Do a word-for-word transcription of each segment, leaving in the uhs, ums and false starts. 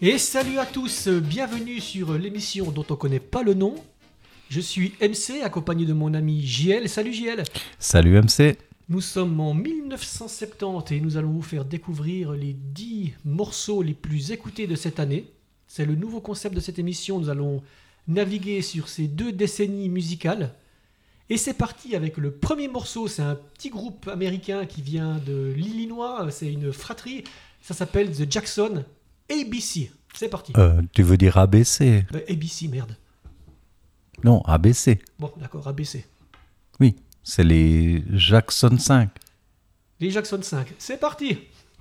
Et salut à tous, bienvenue sur l'émission dont on connaît pas le nom. Je suis M C, accompagné de mon ami J L. Salut J L. Salut M C. Nous sommes en dix-neuf cent soixante-dix et nous allons vous faire découvrir les dix morceaux les plus écoutés de cette année. C'est le nouveau concept de cette émission, nous allons naviguer sur ces deux décennies musicales. Et c'est parti avec le premier morceau, c'est un petit groupe américain qui vient de l'Illinois, c'est une fratrie, ça s'appelle The Jackson A B C. C'est parti. Euh, tu veux dire A B C? Bah, A B C, merde. Non, A B C. Bon, d'accord, A B C. Oui, c'est les Jackson cinq. Les Jackson cinq, c'est parti.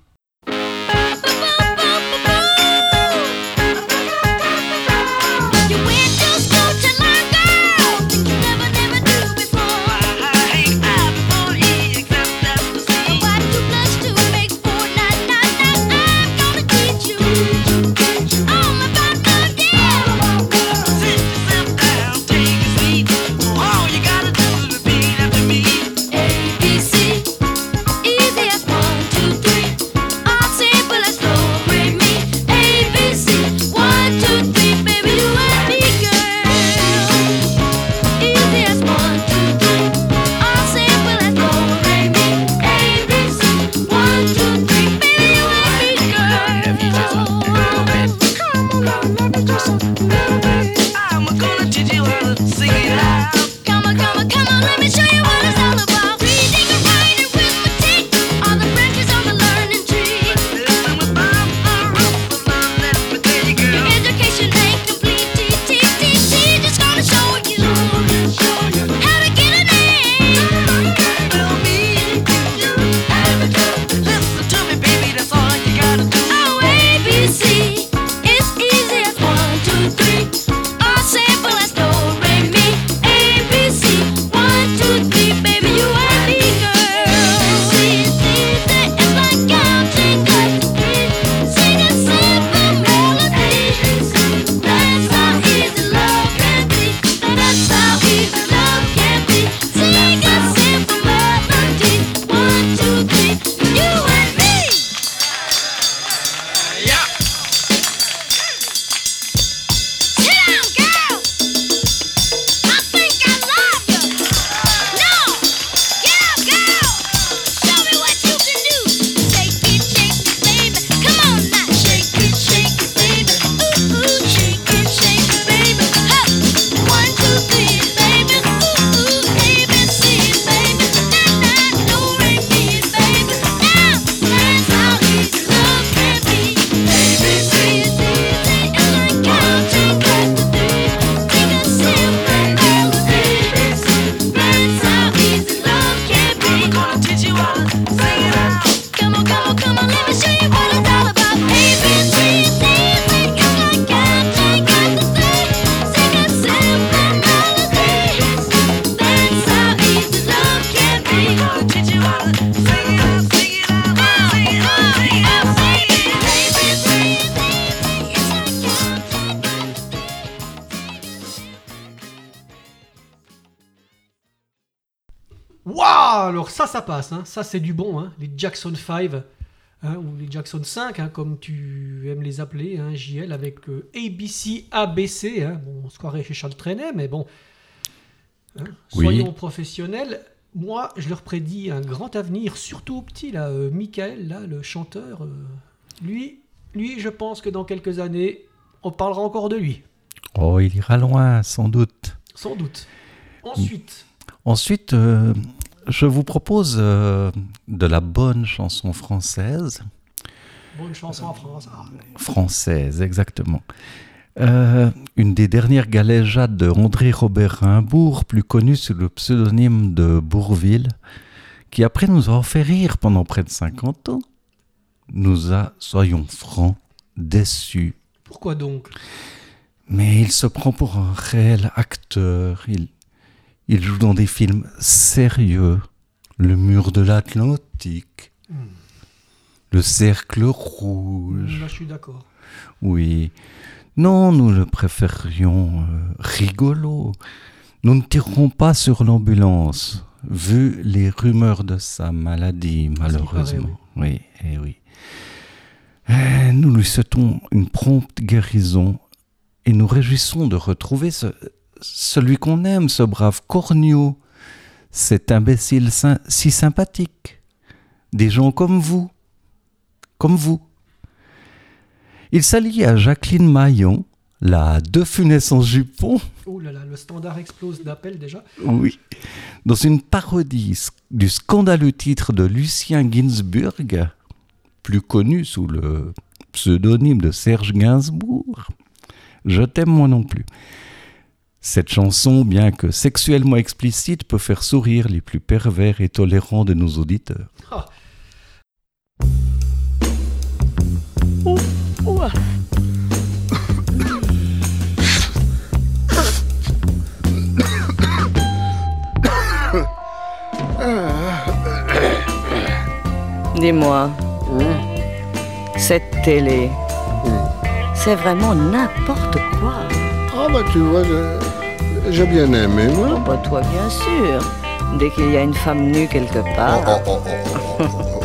Waouh, alors ça, ça passe, hein. Ça c'est du bon, hein. Les Jackson cinq, hein, ou les Jackson cinq, hein, comme tu aimes les appeler, hein, J L, avec euh, A B C, A B C, hein. Bon, on se croirait chez Charles Trenet, mais bon, hein, soyons oui. professionnels. Moi, je leur prédis un grand avenir, surtout au petit, là, euh, Michael, là, le chanteur, euh, lui, lui, je pense que dans quelques années, on parlera encore de lui. Oh, il ira loin, sans doute. Sans doute. Ensuite... Ensuite, euh, je vous propose euh, de la bonne chanson française. Bonne chanson en France. Ah. Française, exactement. Euh, une des dernières galéjades de André Robert Rimbourg, plus connu sous le pseudonyme de Bourvil, qui après nous a fait rire pendant près de cinquante ans, nous a, soyons francs, déçus. Pourquoi donc ? Mais il se prend pour un réel acteur, il... Il joue dans des films sérieux. Le mur de l'Atlantique. Mmh. Le cercle rouge. Là, je suis d'accord. Oui. Non, nous le préférions euh, rigolo. Nous ne tirerons pas sur l'ambulance, vu les rumeurs de sa maladie, malheureusement. Paraît, oui, et oui. Eh, nous lui souhaitons une prompte guérison et nous réjouissons de retrouver ce, celui qu'on aime, ce brave Cornio, cet imbécile sy- si sympathique. Des gens comme vous, comme vous. Il s'allie à Jacqueline Maillon, la De Funès en jupon. Oh là là, le standard explose d'appels déjà. Oui. Dans une parodie du scandaleux titre de Lucien Ginsburg, plus connu sous le pseudonyme de Serge Gainsbourg. Je t'aime moi non plus. Cette chanson, bien que sexuellement explicite, peut faire sourire les plus pervers et tolérants de nos auditeurs. Ah. Oh, oh. Dis-moi, Mmh. cette télé, Mmh. c'est vraiment n'importe quoi. Ah bah tu vois, je- j'ai bien aimé, Oh, moi. bah toi, bien sûr. Dès qu'il y a une femme nue quelque Oh, part, oh, oh, oh, oh, oh.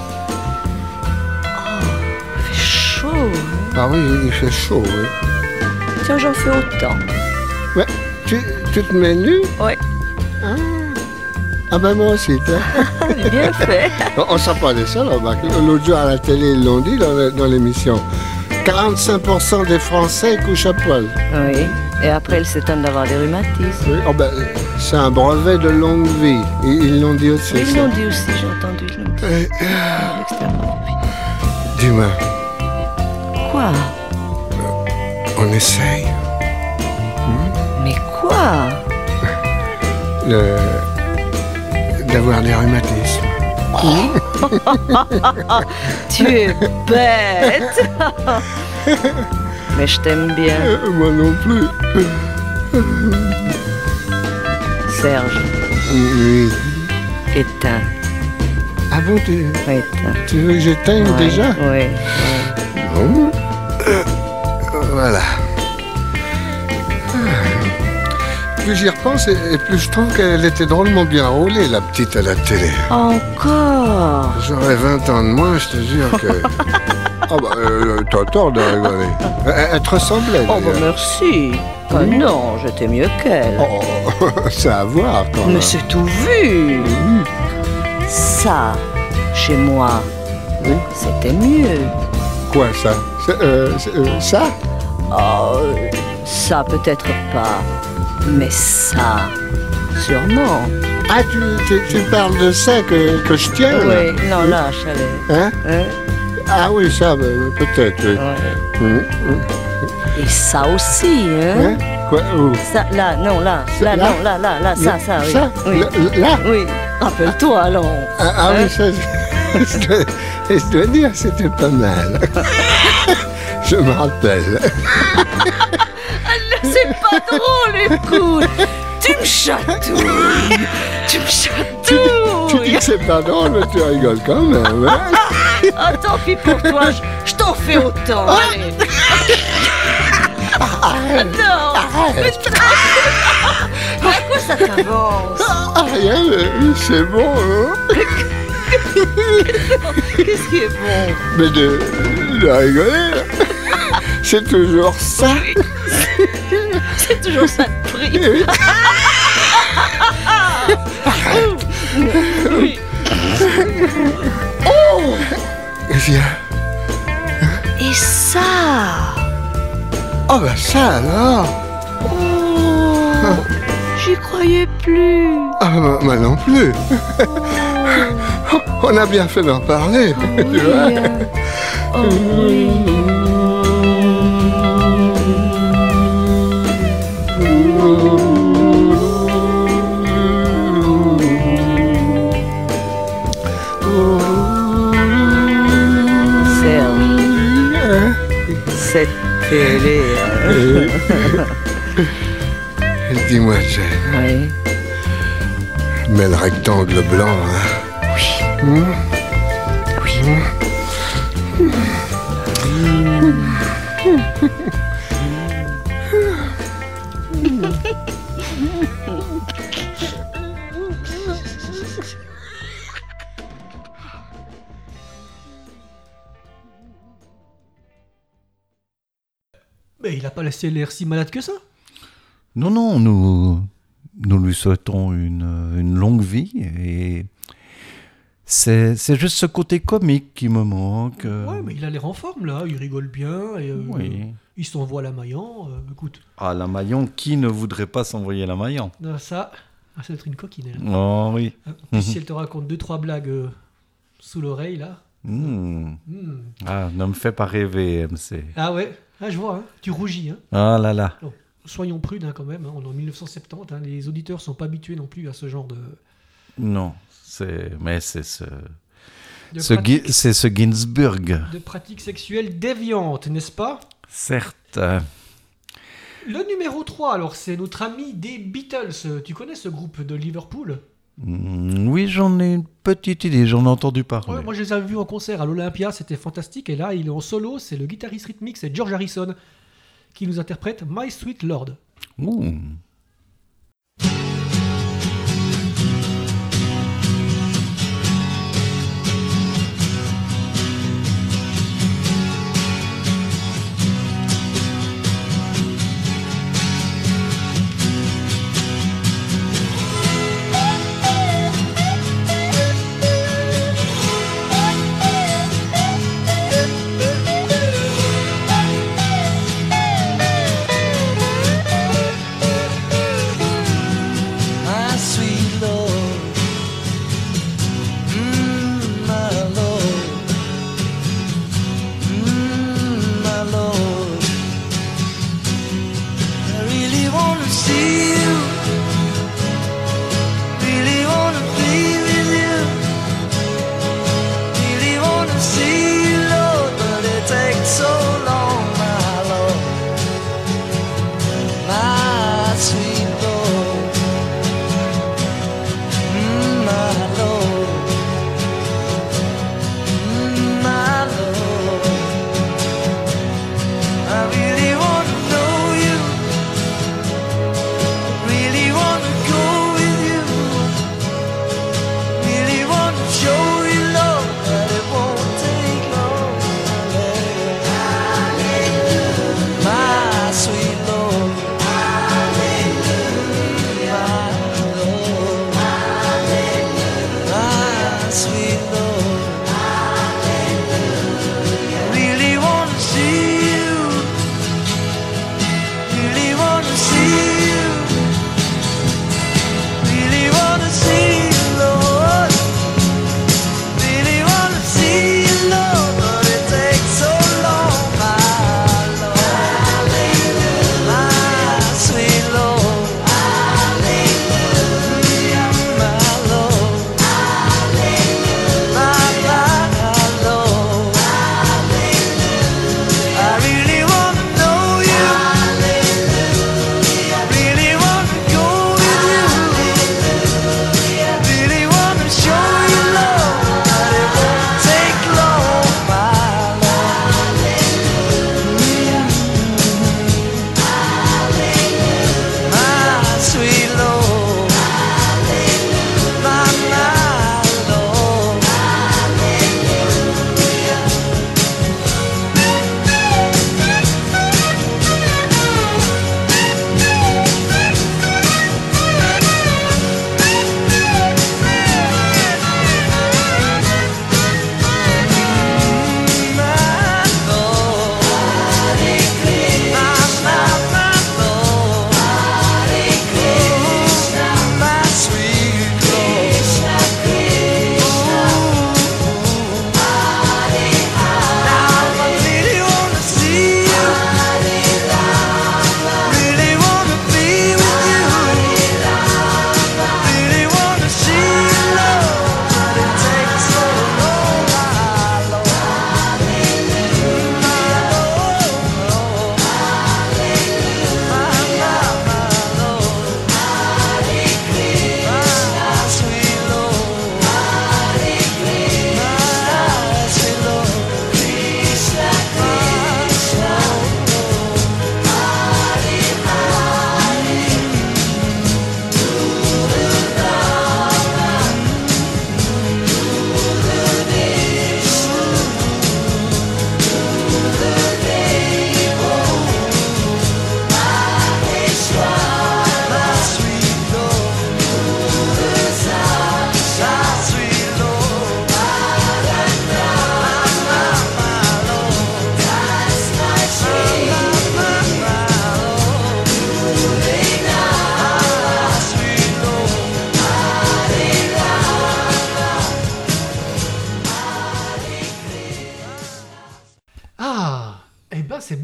il fait chaud. hein. Ah oui, il fait chaud, oui. Tiens, j'en fais autant. Ouais, tu, tu te mets nu? Ouais. Ah, ah ben moi aussi, tiens. Bien fait. On, on s'en parlait ça, là, remarque. L'autre jour à la télé, ils l'ont dit dans, le- dans l'émission. quarante-cinq pour cent des Français couchent à poil. Oui. Et après, elle s'étonne d'avoir des rhumatismes. Oui. Oh ben, c'est un brevet de longue vie. Ils ils l'ont dit aussi. Ils ça. l'ont dit aussi, j'ai entendu, je l'ai dit. Eh, Extrêmement vite. Dis-moi, Quoi? on essaye Mais quoi? le... d'avoir des rhumatismes. Tu es bête. Mais je t'aime bien, Euh, moi non plus. Serge. Oui. Éteins. Ah bon, tu, Éteins. tu veux que j'éteigne Ouais, déjà? Oui. Bon. Euh, voilà. Plus j'y repense, et, et plus je trouve qu'elle était drôlement bien roulée, la petite à la télé. Encore. J'aurais vingt ans de moins, je te jure que... Ah bah, euh, t'as tort de rigoler. Elle, elle te ressemblait, Oh, bah d'ailleurs. merci. Ah non, j'étais mieux qu'elle. Oh, c'est à voir, quand même. Mais c'est tout vu. Ça, chez moi, Oui. c'était mieux. Quoi, ça? C'est, euh, c'est, euh, ça? Oh, ça peut-être pas. Mais ça, sûrement. Ah, tu, tu, tu parles de ça que, que je tiens, là? Oui, non, là, je savais. Hein? Hein? Ah oui, ça, bah, peut-être, oui. Ouais. Hum, hum. Et ça aussi, hein? Hein? Quoi? Où? Ça, là, non, là, là, Là? non, là, là, là, ça, ça, oui. Ça? Oui, Là? là oui. Rappelle-toi, alors. Ah, ah Hein? oui, ça, je, je dois, je dois dire, c'était pas mal. Je me rappelle. C'est pas drôle, écoute. Tu me chatouilles. Tu me Tu chatouilles. dis que c'est pas drôle, mais tu rigoles quand même. Hein? Ah, tant pis pour toi, je, je t'en fais autant. Allez. Non. Mais non. À quoi ça t'avance? Ah, rien, mais c'est bon, hein? Qu'est-ce qui est bon? Mais de, de rigoler, c'est toujours ça. C'est toujours ça de prix. Oui. Oui. Viens. Et ça? Oh, ben ça alors. Oh, j'y croyais plus. Ah, moi, moi non plus. On a bien fait d'en parler. Tu Oui, vois. hein. Oh oui. Serge, cette télé. hein. Dis-moi, Jane, Oui. mais le rectangle blanc, hein? Oui. Mais il n'a pas laissé l'air si malade que ça. Non, non, nous, nous lui souhaitons une, une longue vie et c'est, c'est juste ce côté comique qui me manque. Ouais, mais il a l'air en forme là, il rigole bien et euh, Oui. il s'envoie la Maillan. Euh, écoute, Ah, la Maillan, qui ne voudrait pas s'envoyer la Maillan? euh, ça, ah, ça doit être une coquine. Elle. Oh oui. En plus, si elle te raconte deux trois blagues euh, sous l'oreille là. Hmm. hmm. Ah, ne me fais pas rêver, M C. Ah ouais, ah, je vois, hein. Tu rougis. Hein. Ah là là. Bon, soyons prudents hein, quand même, hein. On est en dix-neuf cent soixante-dix, hein. Les auditeurs sont pas habitués non plus à ce genre de... Non, c'est... Mais c'est ce... de, ce pratique, Gi- c'est ce Ginsburg. de pratiques sexuelles déviantes, n'est-ce pas? Certes. euh, Le numéro trois, alors c'est notre ami des Beatles. Tu connais ce groupe de Liverpool? hmm, Oui, j'en ai une petite idée, j'en ai entendu parler. Ouais, moi je les avais vus en concert à l'Olympia, c'était fantastique. Et là, il est en solo, c'est le guitariste rythmique, c'est George Harrison, qui nous interprète My Sweet Lord. Ouh.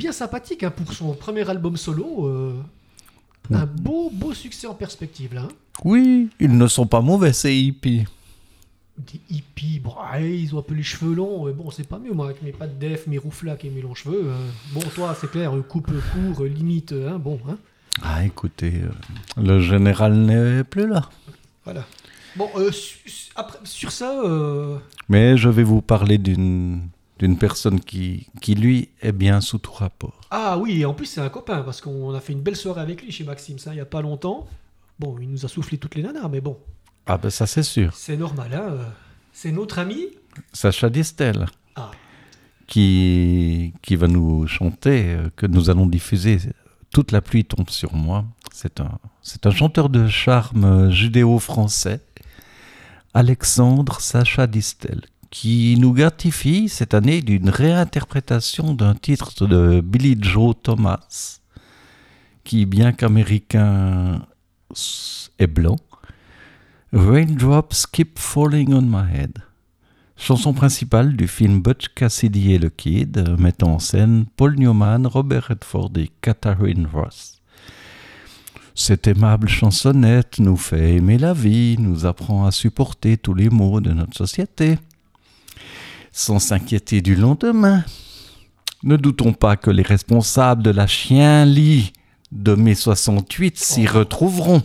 bien sympathique hein, pour son premier album solo. Euh, un beau, beau succès en perspective là. Hein. Oui, ils ne sont pas mauvais, ces hippies. Des hippies, bon, ouais, ils ont un peu les cheveux longs. Mais bon, c'est pas mieux, moi, avec mes pattes def, mes rouflaques et mes longs cheveux. Euh, bon, toi, c'est clair, coupe court, limite, hein, bon. Hein. Ah, écoutez, euh, le général n'est plus là. Voilà. Bon, euh, su- su- après, sur ça... Euh... Mais je vais vous parler d'une, d'une personne qui, qui, lui, est bien sous tout rapport. Ah oui, et en plus, c'est un copain, parce qu'on a fait une belle soirée avec lui chez Maxime, ça, il n'y a pas longtemps. Bon, il nous a soufflé toutes les nanas, mais bon. Ah ben ça, c'est sûr. C'est normal, hein. euh, C'est notre ami. Sacha Distel, Ah, qui, qui va nous chanter, euh, que nous allons diffuser. Toute la pluie tombe sur moi. C'est un, c'est un chanteur de charme euh, judéo-français, Alexandre Sacha Distel, qui nous gratifie cette année d'une réinterprétation d'un titre de Billy Joe Thomas, qui, bien qu'américain, est blanc. Raindrops Keep Falling on My Head. Chanson principale du film Butch Cassidy et le Kid, mettant en scène Paul Newman, Robert Redford et Katharine Ross. Cette aimable chansonnette nous fait aimer la vie, nous apprend à supporter tous les maux de notre société, sans s'inquiéter du lendemain. Ne doutons pas que les responsables de la chien-lit de mai soixante-huit s'y Oh. retrouveront.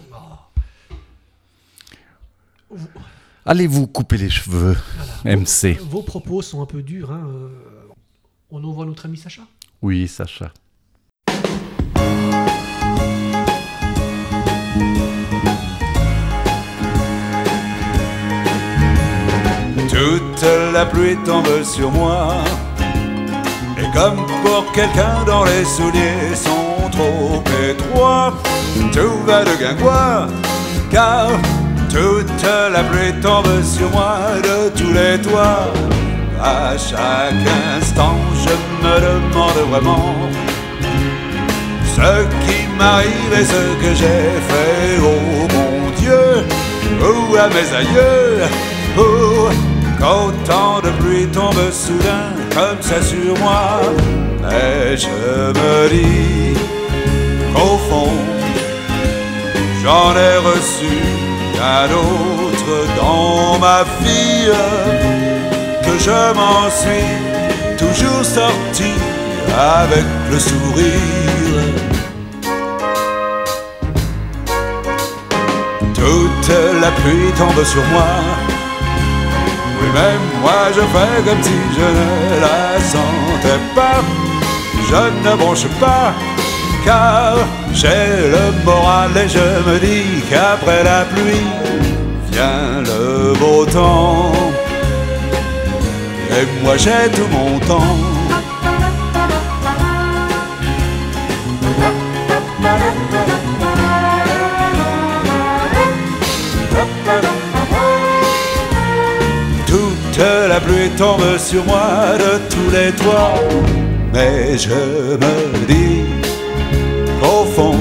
Allez-vous couper les cheveux, voilà. M C. Vos, vos propos sont un peu durs, hein. euh, On envoie notre ami Sacha. Oui, Sacha. Toute la pluie tombe sur moi, et comme pour quelqu'un dont les souliers sont trop étroits, tout va de guingois, car toute la pluie tombe sur moi de tous les toits. À chaque instant, je me demande vraiment ce qui m'arrive et ce que j'ai fait. Oh mon Dieu, ou à mes aïeux, ou quand tant de pluie tombe soudain comme ça sur moi. Mais je me dis qu'au fond, j'en ai reçu un autre dans ma vie, que je m'en suis toujours sorti avec le sourire. Toute la pluie tombe sur moi, oui même moi je fais comme si je ne la sentais pas. Je ne bronche pas, car j'ai le moral et je me dis qu'après la pluie vient le beau temps. Et moi j'ai tout mon temps. Toute la pluie tombe sur moi de tous les toits, mais je me dis qu'au fond,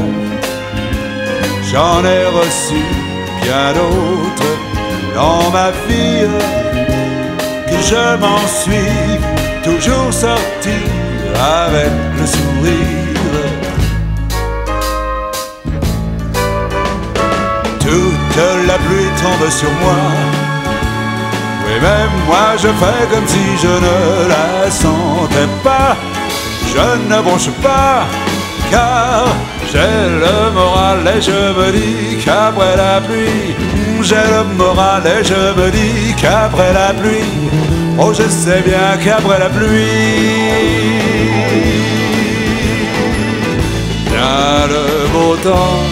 j'en ai reçu bien d'autres dans ma vie, que je m'en suis toujours sorti avec le sourire. Toute la pluie tombe sur moi, oui même moi je fais comme si je ne la sentais pas. Je ne bronche pas, car j'ai le moral et je me dis qu'après la pluie, j'ai le moral et je me dis qu'après la pluie, oh je sais bien qu'après la pluie vient le beau temps.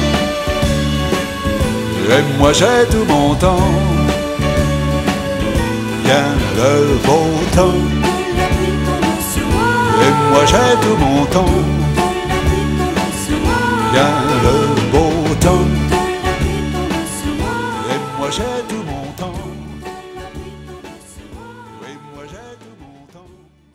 Et moi j'ai tout mon temps, vient le beau temps. Et moi j'ai tout mon temps, vient le beau temps. Et moi j'ai tout mon temps, et moi j'ai tout mon temps.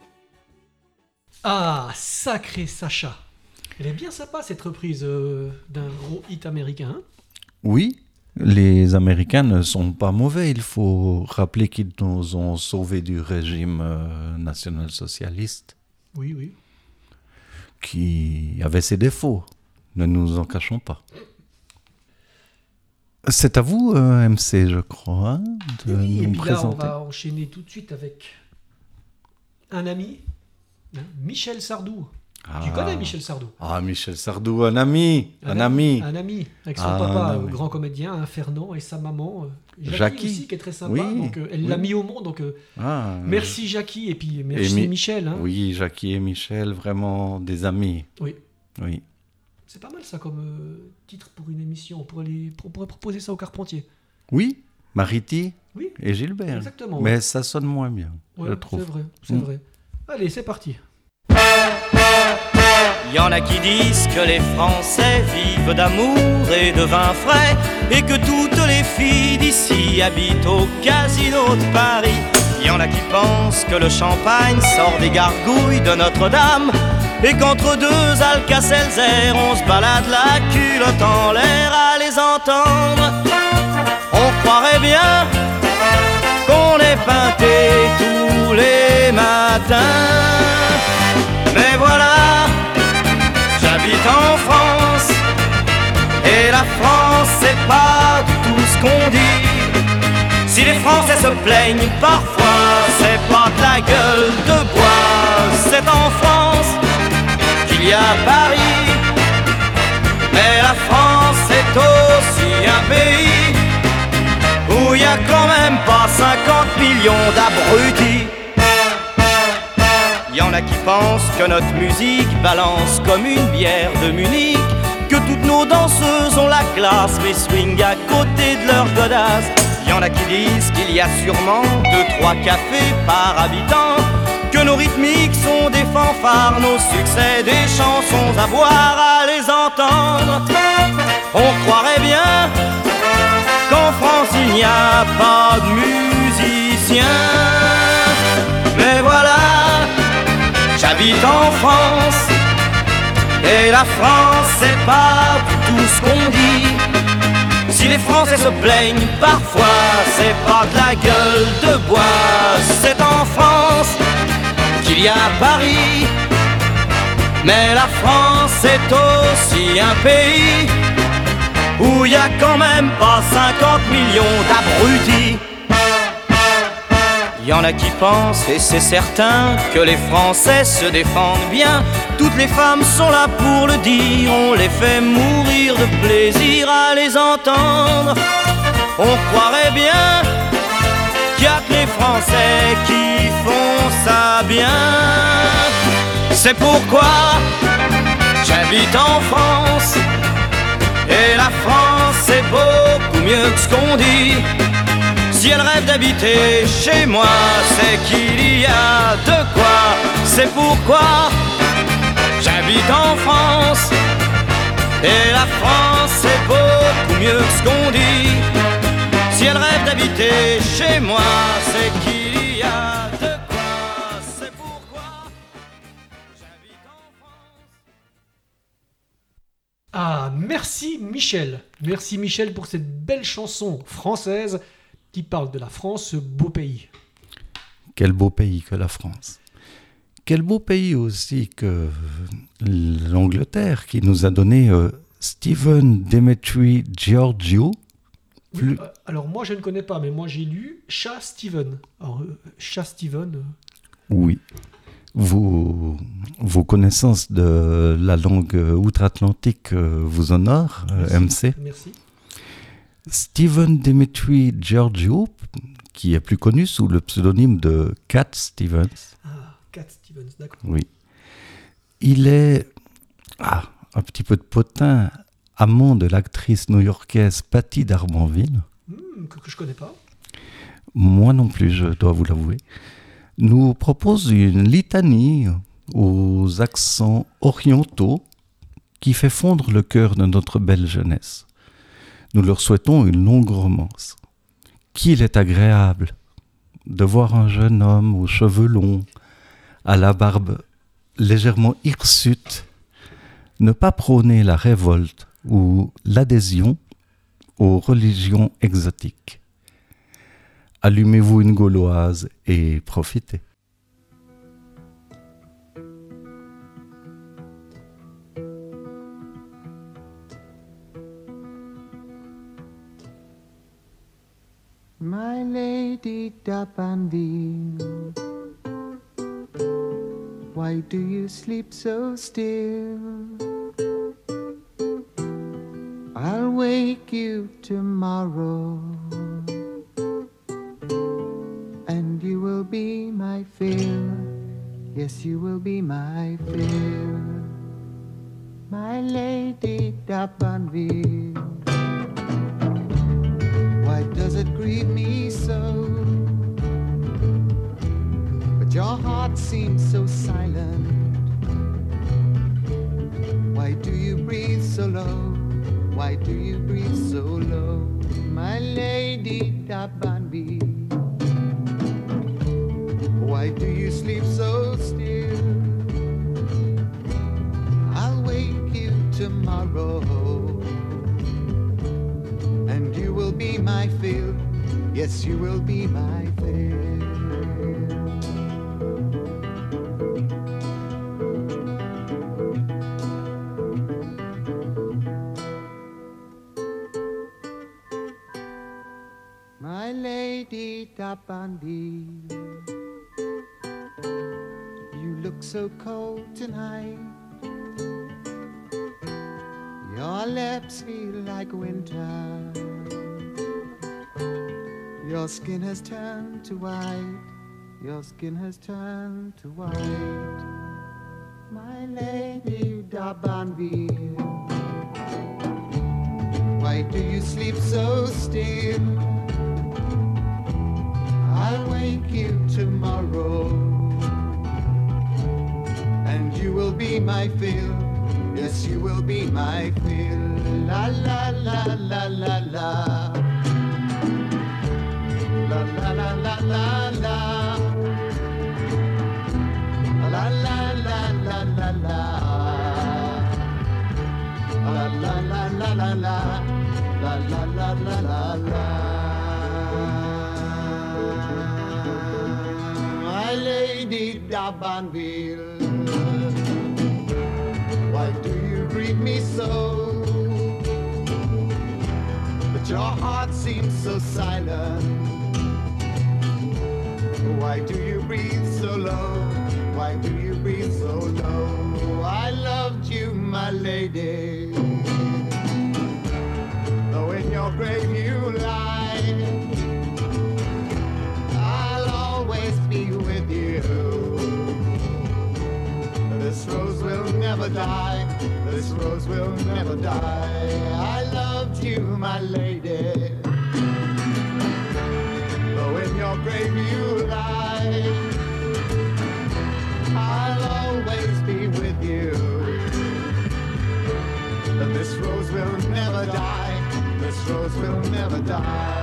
Ah, sacré Sacha. Elle est bien sympa cette reprise euh, d'un gros hit américain. Hein. Oui, les Américains ne sont pas mauvais. Il faut rappeler qu'ils nous ont sauvés du régime euh, national-socialiste, Oui, oui. qui avait ses défauts, ne nous en cachons pas. C'est à vous, euh, M C, je crois, hein, de Oui, et nous puis présenter. là, on va enchaîner tout de suite avec un ami, hein, Michel Sardou. Ah. Tu connais Michel Sardou? Ah, Michel Sardou, un ami, un, ami. Un ami, avec son Ah, papa, un euh, ami. grand comédien, hein, Fernand, et sa maman, euh, Jackie, Jackie. aussi, qui est très sympa. Oui, Donc, euh, elle oui. l'a mis au monde. Donc, euh, Ah, merci Jackie, et puis merci Mi- Michel. Hein. Oui, Jackie et Michel, vraiment des amis. Oui. Oui. C'est pas mal ça comme euh, titre pour une émission. On pourrait, les- on pourrait proposer ça au Carpentier. Oui, Mariti Oui, et Gilbert. exactement. Mais ça sonne moins bien, Ouais, je trouve. c'est vrai, c'est Mm. vrai. Allez, c'est parti. Y en a qui disent que les Français vivent d'amour et de vin frais et que toutes les filles d'ici habitent au casino de Paris. Y en a qui pensent que le champagne sort des gargouilles de Notre-Dame et qu'entre deux Alka-Seltzer on se balade la culotte en l'air à les entendre. On croirait bien qu'on est peinté tous les matins. Mais voilà, j'habite en France et la France c'est pas du tout ce qu'on dit. Si les Français se plaignent parfois, c'est pas de la gueule de bois. C'est en France qu'il y a Paris, mais la France c'est aussi un pays où il y a quand même pas cinquante millions d'abrutis. Y en a qui pensent que notre musique balance comme une bière de Munich, que toutes nos danseuses ont la classe mais swing à côté de leur godasse. Y en a qui disent qu'il y a sûrement deux, trois cafés par habitant, que nos rythmiques sont des fanfares, nos succès des chansons à boire à les entendre. On croirait bien qu'en France il n'y a pas de musiciens. Mais voilà, j'habite en France et la France c'est pas du tout ce qu'on dit. Si les Français se plaignent parfois, c'est pas de la gueule de bois. C'est en France qu'il y a Paris, mais la France c'est aussi un pays où il y a quand même pas cinquante millions d'abrutis. Y en a qui pensent, et c'est certain, que les Français se défendent bien. Toutes les femmes sont là pour le dire, on les fait mourir de plaisir à les entendre. On croirait bien qu'il y a que les Français qui font ça bien. C'est pourquoi j'habite en France et la France c'est beaucoup mieux que ce qu'on dit. Si elle rêve d'habiter chez moi, c'est qu'il y a de quoi. C'est pourquoi j'habite en France et la France c'est beaucoup mieux que ce qu'on dit. Si elle rêve d'habiter chez moi, c'est qu'il y a de quoi. C'est pourquoi j'habite en France. Ah, merci Michel. Merci Michel pour cette belle chanson française qui parle de la France, ce beau pays. Quel beau pays que la France. Quel beau pays aussi que l'Angleterre qui nous a donné euh, Stephen Demetri Georgiou. Plus... Oui, euh, alors moi je ne connais pas, mais moi j'ai lu Chat Steven. Alors, euh, Chat Steven. Euh... Oui. Vos, vos connaissances de la langue outre-Atlantique euh, vous honorent, euh, Merci. M C. Merci. Stephen Demetri Georgiou, qui est plus connu sous le pseudonyme de Cat Stevens. Ah, Cat Stevens, d'accord. Oui. Il est ah, un petit peu de potin, amant de l'actrice new-yorkaise Patty d'Arbanville. Hmm, que, que je connais pas. Moi non plus, je dois vous l'avouer. Nous propose une litanie aux accents orientaux qui fait fondre le cœur de notre belle jeunesse. Nous leur souhaitons une longue romance. Qu'il est agréable de voir un jeune homme aux cheveux longs, à la barbe légèrement hirsute, ne pas prôner la révolte ou l'adhésion aux religions exotiques. Allumez-vous une gauloise et profitez. My lady d'Abanville, why do you sleep so still? I'll wake you tomorrow, and you will be my fill. Yes, you will be my fill. My lady d'Abanville, why does it grieve me so? But your heart seems so silent. Why do you breathe so low? Why do you breathe so low? My lady d'Abanville, why do you sleep so still? I'll wake you tomorrow, and you will be my fill. Yes, you will be my fill. My lady d'Abanville, you look so cold tonight. Your lips feel like winter. Your skin has turned to white. Your skin has turned to white. My lady d'Abanville, why do you sleep so still? I'll wake you tomorrow, and you will be my fill. Yes, you will be my fill. La la la la la la. La la la la la la. La la la la la la. La la la la la la. La la la la la la. My lady d'Abanville, why do you grieve me so? But your heart seems so silent. Why do you breathe so low? Why do you breathe so low? I loved you, my lady, though in your grave you lie, I'll always be with you. This rose will never die. This rose will never die. I loved you, my lady, though in your grave you lie, I'll always be with you. This rose will never die. This rose will never die.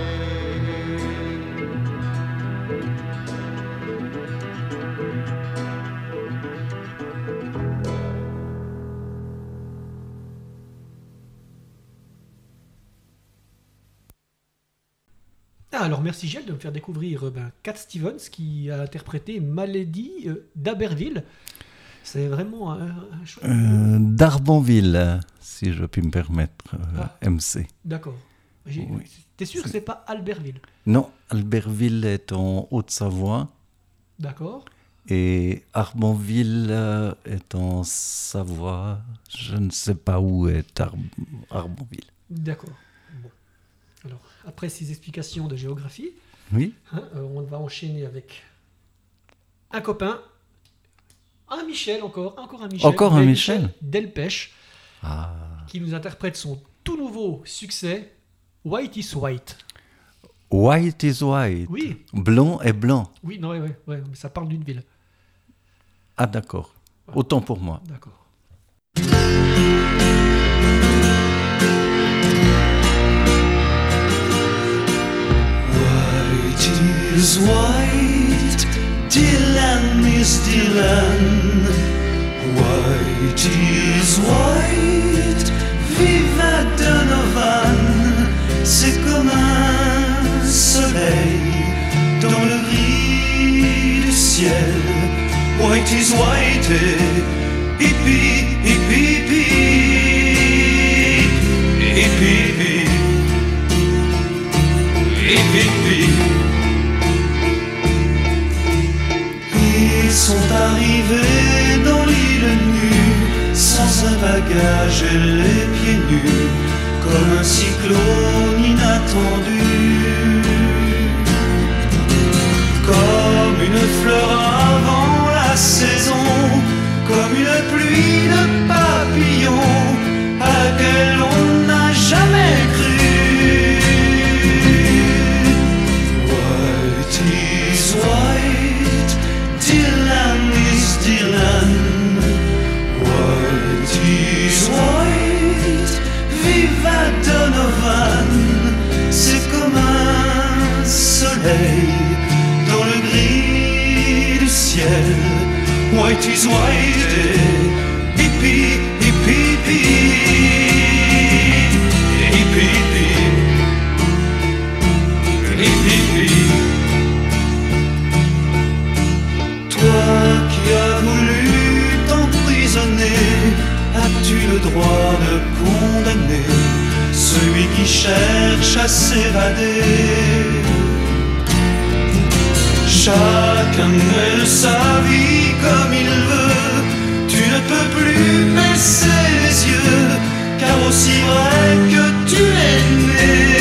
Ah, alors merci Gilles de me faire découvrir euh, ben, Cat Stevens qui a interprété Malady euh, d'Aberville. C'est vraiment un, un chouette. Euh, D'Arbanville, si je puis me permettre, euh, Ah. M C. D'accord. J'ai- Oui. T'es sûr que c'est pas Albertville? Non, Albertville est en Haute-Savoie D'accord. et Arbanville euh, est en Savoie. Je ne sais pas où est Ar- Arbanville. D'accord. Bon. Alors, après ces explications de géographie, Oui, hein, euh, on va enchaîner avec un copain, un Michel encore, encore un Michel. Encore un Ben Michel Delpech, ah. qui nous interprète son tout nouveau succès, White is White. White is white. Oui, Blanc est blanc. oui, non, ouais, ouais, ouais, mais ça parle d'une ville. Ah d'accord. Autant pour moi. D'accord. White is white, Dylan is Dylan. White is white, viva Donovan. C'est comme un soleil dans le gris du ciel. White is white, hippie, hippie, hippie, hippie, hippie, hippie. j'ai les pieds nus comme un cyclone inattendu. Comme une fleur avant la saison, comme une pluie de papillons à laquelle on n'a jamais cru. White is white, Dylan is Dylan. White is white, viva Donovan. C'est comme un soleil dans le gris du ciel. White is white, et hippie, hippie, hippie, hippie, hippie, hippie. Toi qui as voulu t'emprisonner, as-tu le droit de condamner celui qui cherche à s'évader? Chacun mène sa vie comme il veut, tu ne peux plus baisser les yeux, car aussi vrai que tu es né.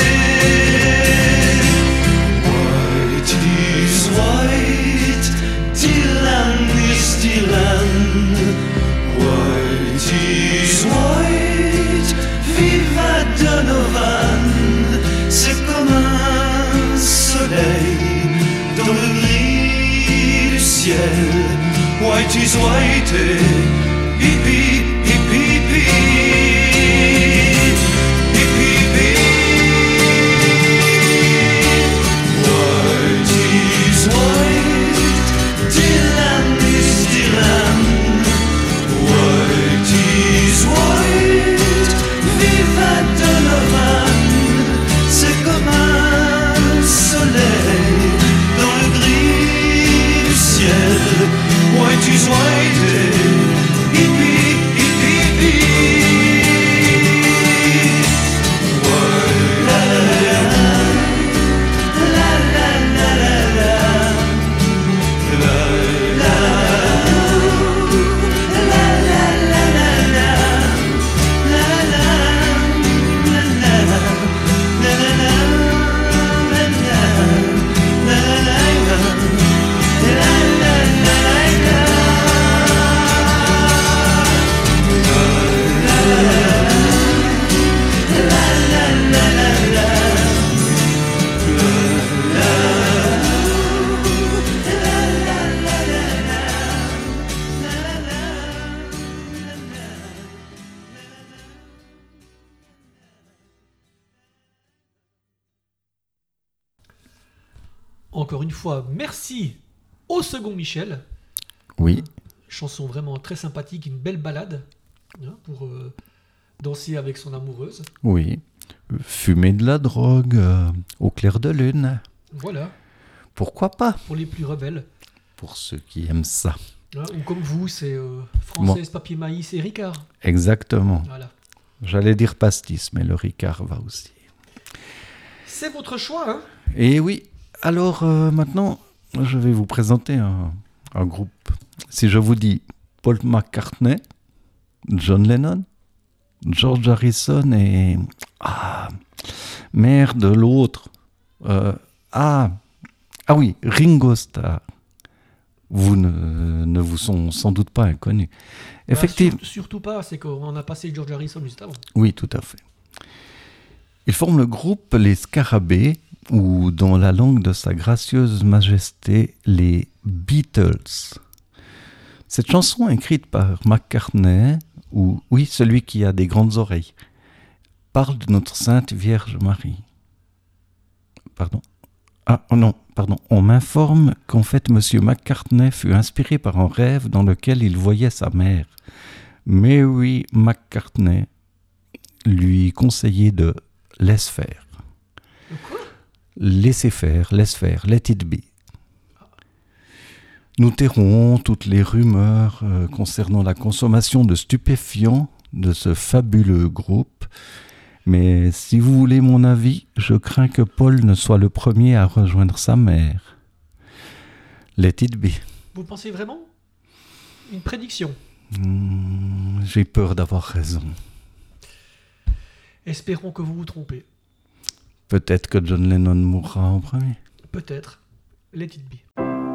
White is white, Dylan is Dylan. White is white, viva Donovan. C'est comme un soleil dans le gris du ciel. White is white, hippie, hippie, hippie, hippie, hippie. White is white, Dylan is Dylan. White is white, viva Donovan. C'est comme un soleil dans le gris du ciel. White is white, hippie, hippie, hippie. La la la la la la la. La la la la la la la. La la la la la la. Encore une fois, merci au second Michel. Oui. Chanson vraiment très sympathique, une belle balade hein, pour euh, danser avec son amoureuse. Oui. Fumer de la drogue euh, au clair de lune. Voilà. Pourquoi pas? Pour les plus rebelles. Pour ceux qui aiment ça. Hein, ou comme vous, c'est euh, française, bon. Papier, maïs et Ricard. Exactement. Voilà. J'allais dire pastis, mais le Ricard va aussi. C'est votre choix, hein? Et oui. Alors euh, maintenant, je vais vous présenter un, un groupe. Si je vous dis Paul McCartney, John Lennon, George Harrison et... Ah, merde, l'autre. Euh, ah, ah oui, Ringo Starr. Vous ne, ne vous sont sans doute pas inconnus. Effectivement. Bah, sur, surtout pas, c'est qu'on a passé George Harrison juste avant. Oui, tout à fait. Ils forment le groupe Les Scarabées, ou dans la langue de sa gracieuse majesté, les Beatles. Cette chanson écrite par McCartney, ou oui, celui qui a des grandes oreilles, parle de notre Sainte Vierge Marie. Pardon. Ah oh non, pardon. On m'informe qu'en fait, Monsieur McCartney fut inspiré par un rêve dans lequel il voyait sa mère, Mary McCartney, lui conseiller de laisse faire. Quoi ? Laissez faire, laisse faire, let it be. Nous tairons toutes les rumeurs euh, concernant la consommation de stupéfiants de ce fabuleux groupe, mais si vous voulez mon avis, je crains que Paul ne soit le premier à rejoindre sa mère. Let it be. Vous pensez vraiment ? Une prédiction ? Hmm, j'ai peur d'avoir raison. Espérons que vous vous trompez. Peut-être que John Lennon mourra en premier. Peut-être. Let it be.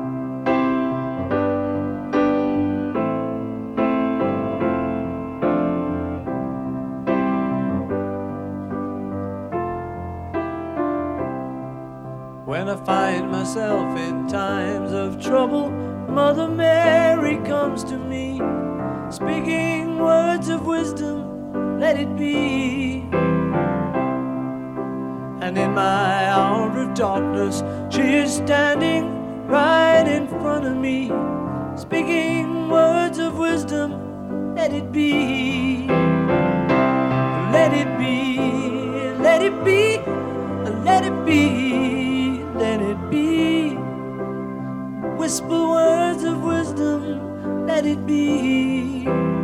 When I find myself in times of trouble, Mother Mary comes to me, speaking words of wisdom, let it be. And in my hour of darkness, she is standing right in front of me, speaking words of wisdom, let it be. Let it be, let it be, let it be, let it be. Whisper words of wisdom, let it be.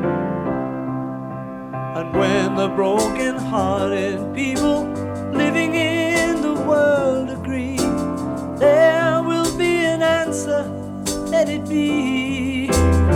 And when the broken-hearted people living in the world agree, there will be an answer, let it be.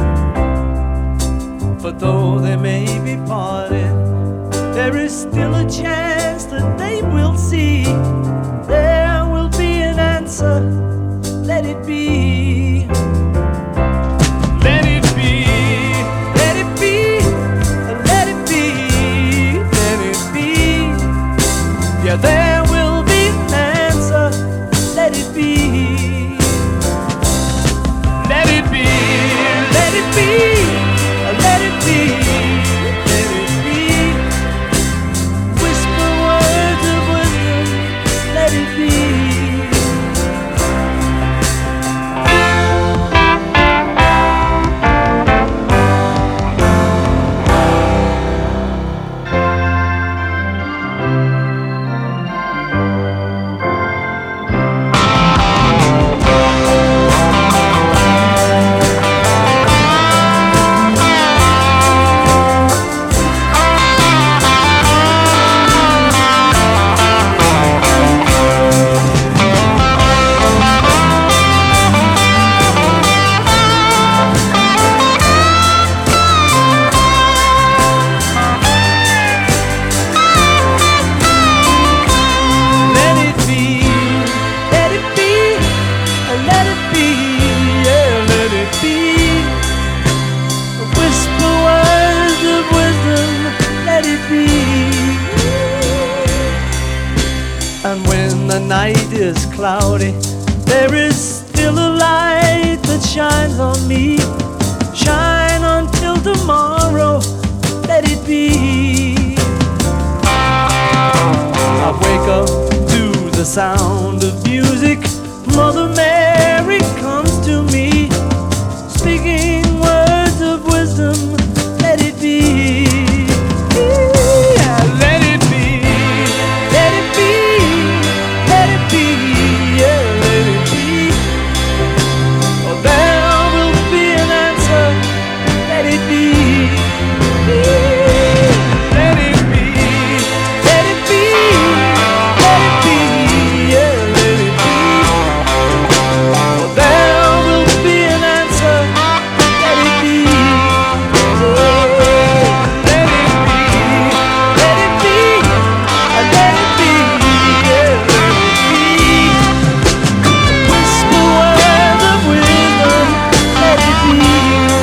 For though they may be parted, there is still a chance that they will see. There will be an answer, let it be. Let it be, let it be, let it be, let it be. Yeah, there will be an answer, let it be. Let it be, let it be, let it be, let it be. Whisper words of wisdom, let it be. Night is cloudy, there is still a light that shines on me. Shine until tomorrow, let it be. I wake up to the sound of music. Mother Mary comes to me, speaking words of wisdom, let it be. Yeah, let it be, let it be. Let it be, yeah, let it be. Oh, there will be an answer, let it be. Let it be, let it be, let it be, yeah, let it be. Oh, there will be an answer, let it be. Let it be, let it be, let it be, yeah, let it be. Whisper words of wisdom, let it be.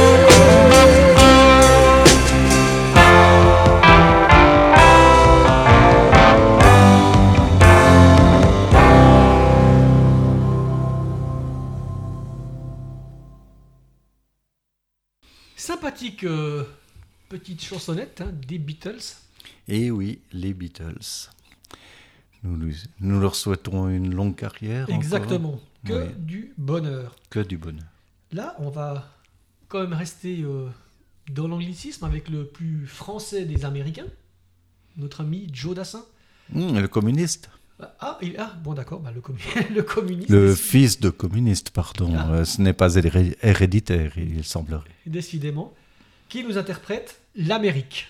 Sympathique euh, petite chansonnette hein, des Beatles. Et oui, les Beatles. Nous, lui- nous leur souhaitons une longue carrière. encore. Exactement. Que Oui. du bonheur. Que du bonheur. Là, on va quand même rester euh, dans l'anglicisme avec le plus français des Américains, notre ami Joe Dassin. Hum, le communiste. Ah, il, ah bon d'accord, bah, le, commu- le communiste. Le déc- fils de communiste, pardon. Ah. Euh, ce n'est pas héré- héréditaire, il semblerait. Décidément, qui nous interprète l'Amérique.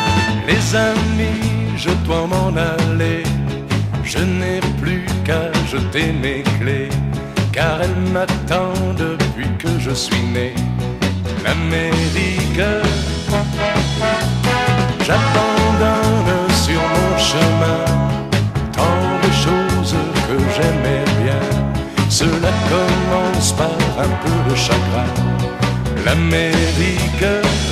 Les amis, je dois m'en aller. Je n'ai plus qu'à jeter mes clés, car elle m'attend depuis que je suis né. L'Amérique, j'abandonne sur mon chemin tant de choses que j'aimais bien. Cela commence par un peu de chagrin. L'Amérique,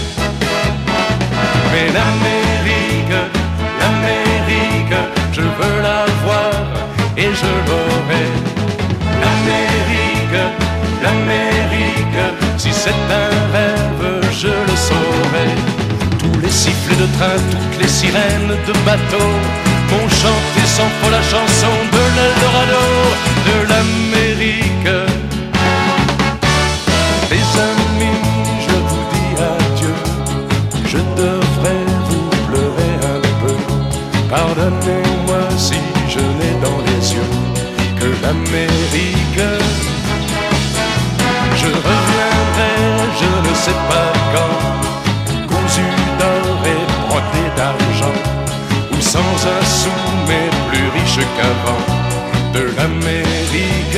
mais l'Amérique, l'Amérique, je veux la voir et je l'aurai. L'Amérique, l'Amérique, si c'est un rêve, je le saurai. Tous les sifflets de train, toutes les sirènes de bateau m'ont chanté sans faux la chanson de l'Eldorado, de l'Amérique. Les amis, je vous dis adieu, je devrais vous pleurer un peu. Pardonnez-moi si je n'ai dans les yeux que l'Amérique. Je reviendrai, je ne sais pas quand, cousu d'or et brodé d'argent, ou sans un sou mais plus riche qu'avant, de l'Amérique.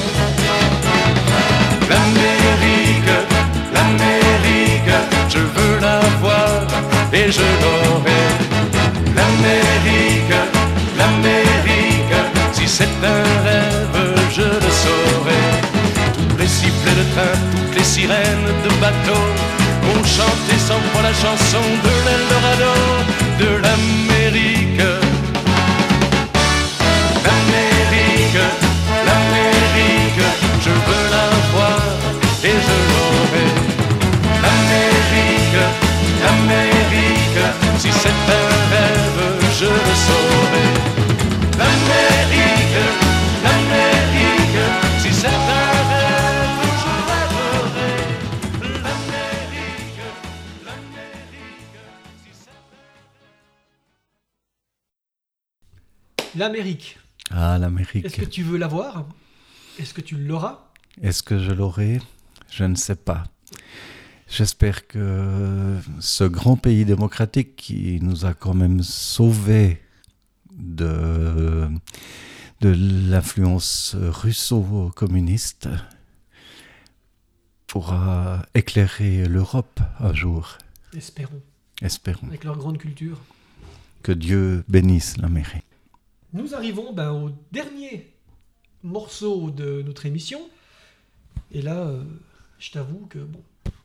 L'Amérique, l'Amérique, je veux la voir et je l'aurai. L'Amérique, l'Amérique, si c'est un rêve, je le saurai. Tous les sifflets de train, toutes les sirènes de bateau ont chanté sans foi la chanson de l'Eldorado, de l'Amérique. L'Amérique, l'Amérique, je veux la voir et je l'aurai. L'Amérique, l'Amérique, si c'est un rêve, je le saurai. L'Amérique, l'Amérique, si c'est un rêve, je rêverai. L'Amérique, l'Amérique, si c'est L'Amérique. Ah, l'Amérique. Est-ce que tu veux la voir? Est-ce que tu l'auras? Est-ce que je l'aurai? Je ne sais pas. J'espère que ce grand pays démocratique qui nous a quand même sauvés de, de l'influence russo-communiste pourra éclairer l'Europe un jour. Espérons. Espérons. Avec leur grande culture. Que Dieu bénisse l'Amérique. Nous arrivons ben, au dernier morceau de notre émission. Et là, euh, je t'avoue que bon,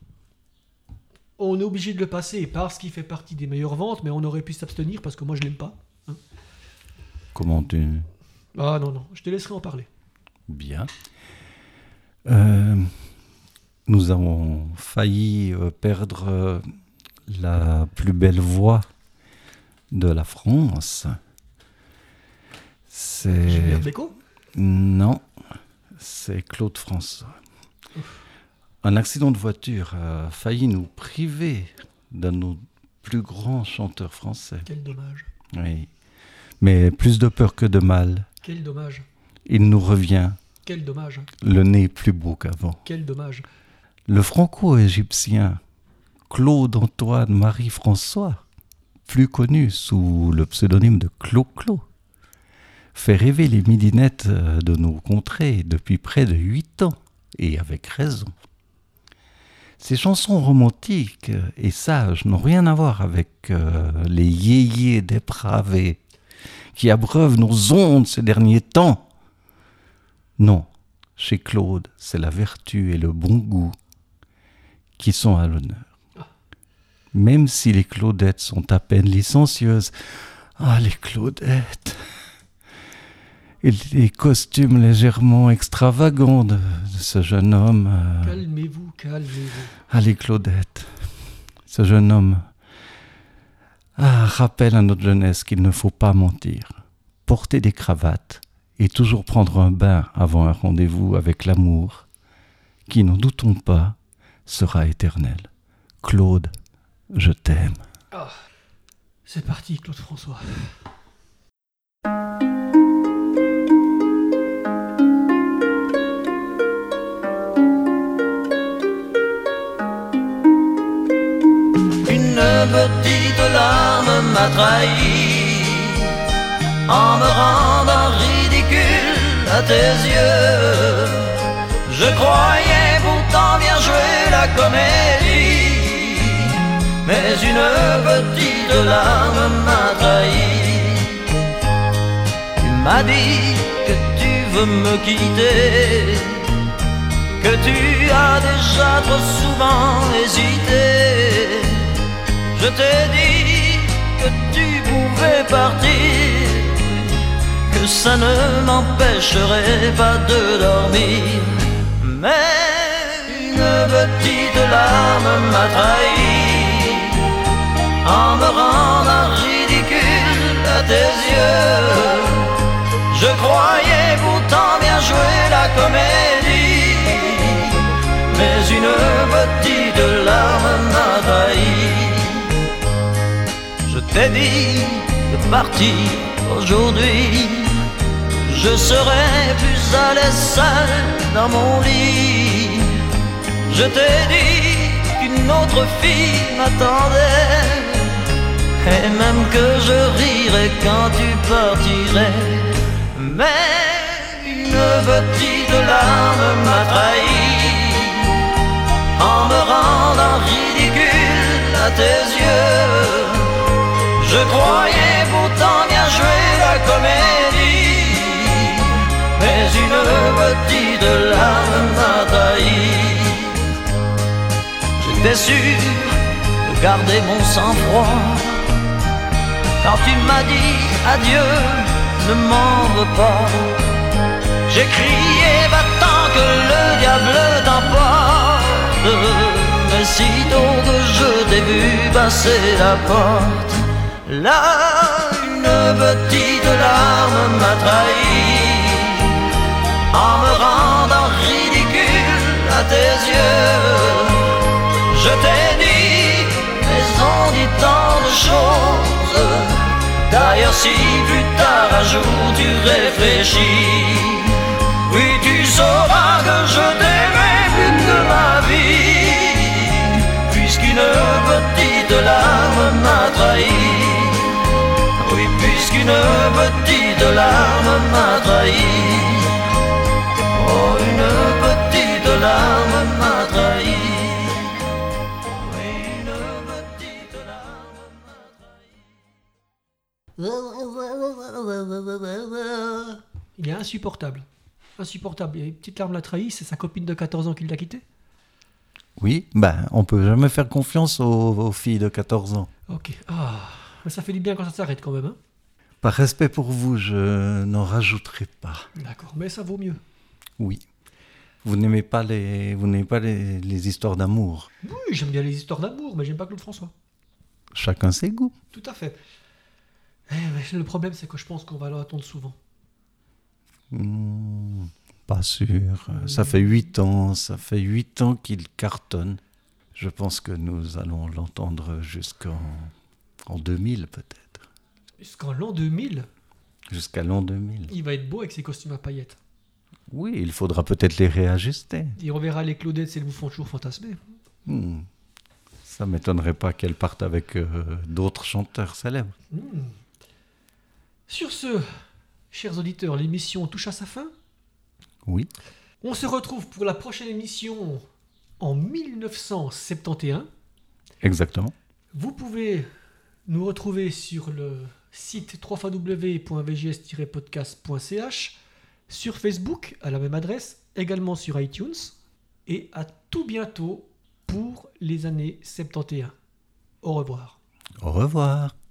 on est obligé de le passer parce qu'il fait partie des meilleures ventes, mais on aurait pu s'abstenir parce que moi je l'aime pas. Hein. Comment tu... Ah non, non, je te laisserai en parler. Bien. Euh, nous avons failli euh, perdre euh, la plus belle voix de la France. C'est... Gilbert Bécaud ? Non, c'est Claude François. Ouf. Un accident de voiture a failli nous priver d'un de nos plus grands chanteurs français. Quel dommage. Oui, mais plus de peur que de mal. Quel dommage. Il nous revient. Quel dommage. Le nez plus beau qu'avant. Quel dommage. Le franco-égyptien Claude-Antoine Marie-François, plus connu sous le pseudonyme de Clo-Clo, fait rêver les midinettes de nos contrées depuis près de huit ans, et avec raison. Ces chansons romantiques et sages n'ont rien à voir avec euh, les yéyés dépravés qui abreuvent nos ondes ces derniers temps. Non, chez Claude, c'est la vertu et le bon goût qui sont à l'honneur. Même si les Claudettes sont à peine licencieuses. Ah, les Claudettes! Et les costumes légèrement extravagants de, de ce jeune homme. Euh... Calmez-vous, calmez-vous. Ah, les Claudettes. Ce jeune homme ah, rappelle à notre jeunesse qu'il ne faut pas mentir, porter des cravates et toujours prendre un bain avant un rendez-vous avec l'amour, qui, n'en doutons pas, sera éternel. Claude, je t'aime. Oh, c'est parti, Claude François. Une petite larme m'a trahi en me rendant ridicule à tes yeux. Je croyais pourtant bien jouer la comédie, mais une petite larme m'a trahi. Tu m'as dit que tu veux me quitter, que tu as déjà trop souvent hésité. Je t'ai dit que tu pouvais partir, que ça ne m'empêcherait pas de dormir. Mais une petite larme m'a trahi en me rendant ridicule à tes yeux. Je croyais pourtant bien jouer la comédie, mais une petite larme m'a trahi. Je t'ai dit de partir aujourd'hui, je serai plus à l'aise seul dans mon lit. Je t'ai dit qu'une autre fille m'attendait, et même que je rirais quand tu partirais. Mais une petite larme m'a trahi en me rendant ridicule à tes yeux. Je croyais pourtant bien jouer la comédie, mais une petite larme m'a trahi. J'étais sûr de garder mon sang-froid quand tu m'as dit adieu, ne m'en veux pas. J'ai crié va-t'en que le diable t'emporte, mais sitôt que je t'ai vu passer la porte, là une petite larme m'a trahi en me rendant ridicule à tes yeux. Je t'ai dit, mais on dit tant de choses. D'ailleurs si plus tard un jour tu réfléchis, oui tu sauras que je t'aimais plus que ma vie, puisqu'une petite larme m'a trahi. Oui, puisqu'une petite larme m'a trahi. Oh, une petite larme m'a trahi. Oui, une petite larme m'a trahi. Il est insupportable. Insupportable. Il y a une petite larme l'a trahi, c'est sa copine de quatorze ans qui l'a quitté. Oui, ben, on peut jamais faire confiance aux, aux filles de quatorze ans. Ok. Ah, mais ça fait du bien quand ça s'arrête quand même, hein. Par respect pour vous, je n'en rajouterai pas. D'accord, mais ça vaut mieux. Oui. Vous n'aimez pas les, vous n'aimez pas les, les histoires d'amour. Oui, j'aime bien les histoires d'amour, mais j'aime pas Claude François. Chacun ses goûts. Tout à fait. Eh, mais le problème, c'est que je pense qu'on va l'attendre souvent. Mmh, pas sûr. Mmh. Ça fait huit ans, ça fait huit ans qu'il cartonne. Je pense que nous allons l'entendre jusqu'en en deux mille peut-être. Jusqu'en l'an deux mille. Jusqu'à l'an deux mille. Il va être beau avec ses costumes à paillettes. Oui, il faudra peut-être les réajuster. Et on verra les Claudettes, c'est le bouffon toujours fantasmé. Mmh. Ça m'étonnerait pas qu'elle parte avec euh, d'autres chanteurs célèbres. Mmh. Sur ce, chers auditeurs, l'émission touche à sa fin. Oui. On se retrouve pour la prochaine émission en mille neuf cent soixante et onze. Exactement. Vous pouvez nous retrouver sur le site w w w point v g s tiret podcast point c h, sur Facebook à la même adresse, également sur iTunes, et à tout bientôt pour les années soixante et onze. Au revoir. Au revoir.